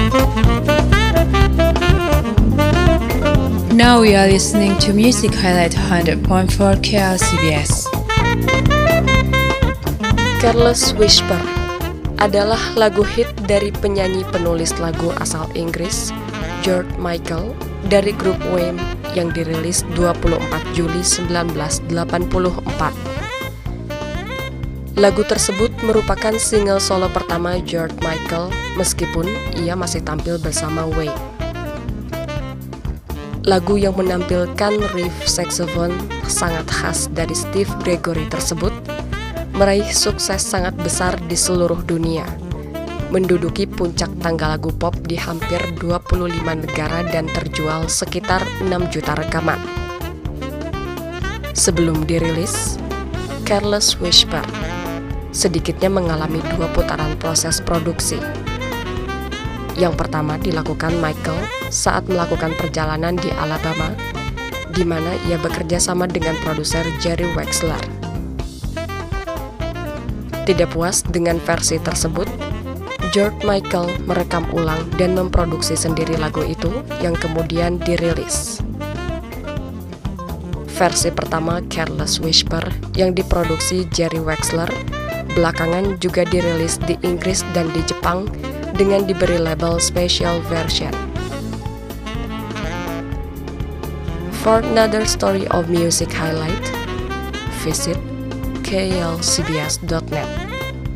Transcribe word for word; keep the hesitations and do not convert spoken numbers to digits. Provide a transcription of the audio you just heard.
Now we are listening to Music Highlight one hundred point four K L C B S. Careless Whisper adalah lagu hit dari penyanyi penulis lagu asal Inggris George Michael dari grup Wham yang dirilis dua puluh empat Juli seribu sembilan ratus delapan puluh empat. Lagu tersebut merupakan single solo pertama George Michael meskipun ia masih tampil bersama Wham. Lagu yang menampilkan riff saxophone sangat khas dari Steve Gregory tersebut meraih sukses sangat besar di seluruh dunia, menduduki puncak tangga lagu pop di hampir dua puluh lima negara dan terjual sekitar enam juta rekaman. Sebelum dirilis, Careless Whisper sedikitnya mengalami dua putaran proses produksi. Yang pertama dilakukan Michael saat melakukan perjalanan di Alabama, di mana ia bekerja sama dengan produser Jerry Wexler. Tidak puas dengan versi tersebut, George Michael merekam ulang dan memproduksi sendiri lagu itu yang kemudian dirilis. Versi pertama Careless Whisper yang diproduksi Jerry Wexler belakangan juga dirilis di Inggris dan di Jepang dengan diberi label Special Version. For another story of music highlight, visit K L C B S dot net.